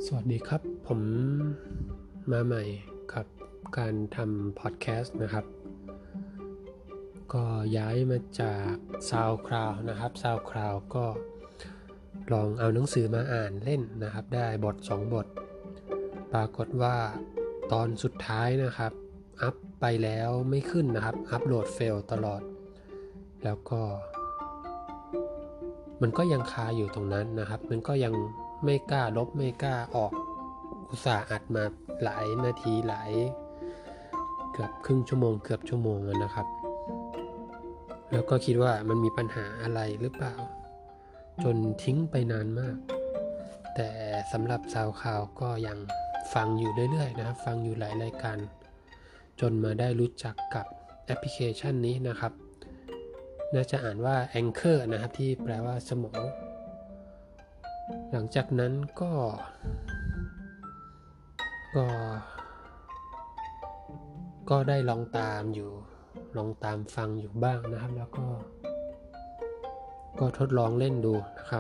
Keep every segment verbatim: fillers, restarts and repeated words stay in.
สวัสดีครับผมมาใหม่กับการทำพอดแคสต์นะครับก็ย้ายมาจาก SoundCloud นะครับ SoundCloud ก็ลองเอาหนังสือมาอ่านเล่นนะครับได้บทสองบทปรากฏว่าตอนสุดท้ายนะครับอัพไปแล้วไม่ขึ้นนะครับอัพโหลดเฟลตลอดแล้วก็มันก็ยังคาอยู่ตรงนั้นนะครับมันก็ยังไม่กล้าลบไม่กล้าออกอุตส่าห์อัดมาหลายนาทีหลายเกือบครึ่งชั่วโมงเกือบชั่วโมงนะครับแล้วก็คิดว่ามันมีปัญหาอะไรหรือเปล่าจนทิ้งไปนานมากแต่สำหรับซาวคลาวก็ยังฟังอยู่เรื่อยๆนะครับฟังอยู่หลายรายการจนมาได้รู้จักกับแอปพลิเคชันนี้นะครับน่าจะอ่านว่า Anchor นะครับที่แปลว่าสมองหลังจากนั้นก็ก็ก็ได้ลองตามอยู่ลองตามฟังอยู่บ้างนะครับแล้วก็ก็ทดลองเล่นดูนะครับ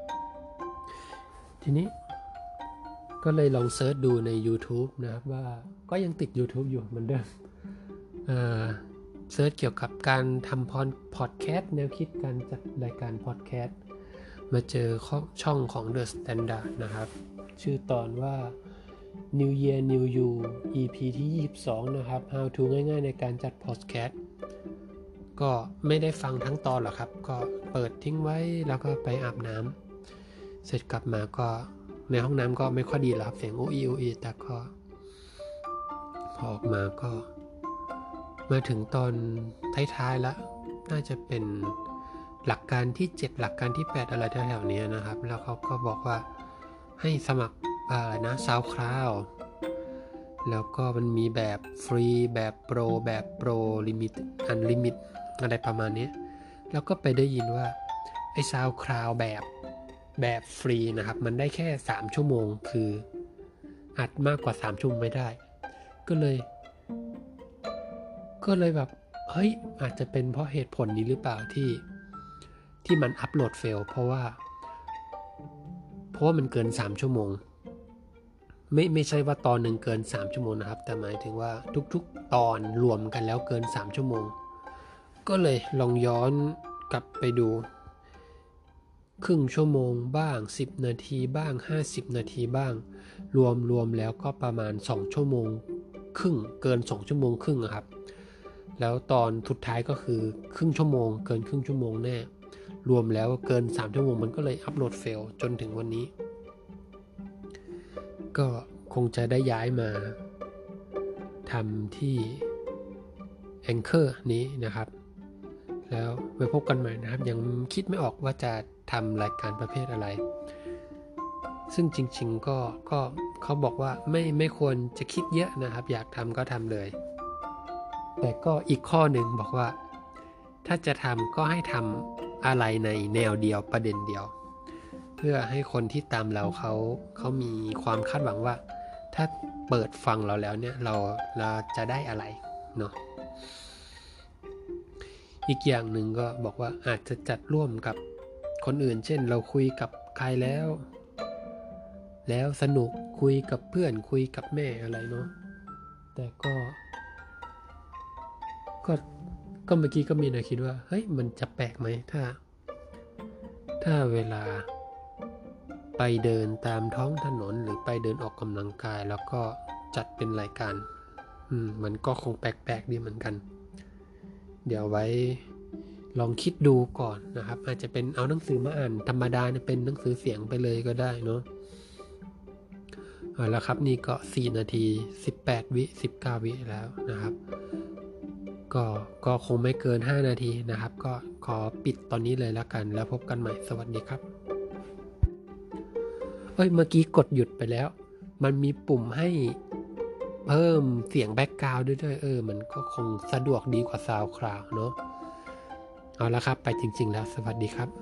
ทีนี้ก็เลยลองเซิร์ชดูใน YouTube นะครับว่าก็ยังติด YouTube อยู่เหมือนเดิมเอ่อเซิร์ชเกี่ยวกับการทำพอดแคสต์แนวคิดการจัดรายการพอดแคสต์มาเจอช่องของ The Standard นะครับชื่อตอนว่า New Year New You อี พี ที่ยี่สิบสองนะครับ How to ง่ายๆในการจัดพอดแคสต์ก็ไม่ได้ฟังทั้งตอนหรอกครับก็เปิดทิ้งไว้แล้วก็ไปอาบน้ำเสร็จกลับมาก็ในห้องน้ำก็ไม่ค่อยดีหรอกครับเสียงอูอีอูอีแต่ก็พอออกมาก็มาถึงตอนท้ายๆแล้วน่าจะเป็นหลักการที่เจ็ดหลักการที่แปดอะไรแถวๆนี้นะครับแล้วเขาก็บอกว่าให้สมัครอะไรนะ SoundCloud แล้วก็มันมีแบบฟรีแบบโปรแบบโปรลิมิตอันลิมิตอะไรประมาณนี้แล้วก็ไปได้ยินว่าไอ้ SoundCloud แบบแบบฟรีนะครับมันได้แค่สามชั่วโมงคืออัดมากกว่าสามชั่วโมงไม่ได้ก็เลยก็เลยแบบเฮ้ยอาจจะเป็นเพราะเหตุผลนี้หรือเปล่าที่ที่มันอัปโหลดเฟลเพราะว่าเพราะว่ามันเกินสามชั่วโมงไม่ไม่ใช่ว่าตอนหนึ่งเกินสามชั่วโมงนะครับแต่หมายถึงว่าทุกๆตอนรวมกันแล้วเกินสามชั่วโมงก็เลยลองย้อนกลับไปดูครึ่งชั่วโมงบ้างสิบนาทีบ้างห้าสิบนาทีบ้างรวมรวมแล้วก็ประมาณสองชั่วโมงครึ่งเกินสองชั่วโมงครึ่งครับแล้วตอนสุดท้ายก็คือครึ่งชั่วโมงเกินครึ่งชั่วโมงแน่รวมแล้วเกินสามชั่วโมงมันก็เลยอัปโหลดเฟลจนถึงวันนี้ก็คงจะได้ย้ายมาทำที่ Anchor นี้นะครับแล้วไว้พบกันใหม่นะครับยังคิดไม่ออกว่าจะทำรายการประเภทอะไรซึ่งจริงๆก็ก็เขาบอกว่าไม่ไม่ควรจะคิดเยอะนะครับอยากทำก็ทำเลยแต่ก็อีกข้อหนึ่งบอกว่าถ้าจะทำก็ให้ทำอะไรในแนวเดียวประเด็นเดียวเพื่อให้คนที่ตามเราเขาเขามีความคาดหวังว่าถ้าเปิดฟังเราแล้วเนี่ยเราเราจะได้อะไรเนาะอีกอย่างหนึ่งก็บอกว่าอาจจะจัดร่วมกับคนอื่นเช่นเราคุยกับใครแล้วแล้วสนุกคุยกับเพื่อนคุยกับแม่อะไรเนาะแต่ก็ก็ก็เมื่อกี้ก็มีนะคิดว่าเฮ้ยมันจะแปลกไหมถ้าถ้าเวลาไปเดินตามท้องถนนหรือไปเดินออกกำลังกายแล้วก็จัดเป็นรายการอืมมันก็คงแปลกๆดีเหมือนกันเดี๋ยวไว้ลองคิดดูก่อนนะครับอาจจะเป็นเอาหนังสือมาอ่านธรรมดาเป็นหนังสือเสียงไปเลยก็ได้เนาะเอาละครับนี่ก็สี่นาทีสิบแปดวิสิบเก้าวิแล้วนะครับก็ก็คงไม่เกินห้านาทีนะครับก็ขอปิดตอนนี้เลยแล้วกันแล้วพบกันใหม่สวัสดีครับเอ้ยเมื่อกี้กดหยุดไปแล้วมันมีปุ่มให้เพิ่มเสียงแบ็คกราวด์ด้วยเออมันก็คงสะดวกดีกว่า SoundCloud เนาะเอาละครับไปจริงๆแล้วสวัสดีครับ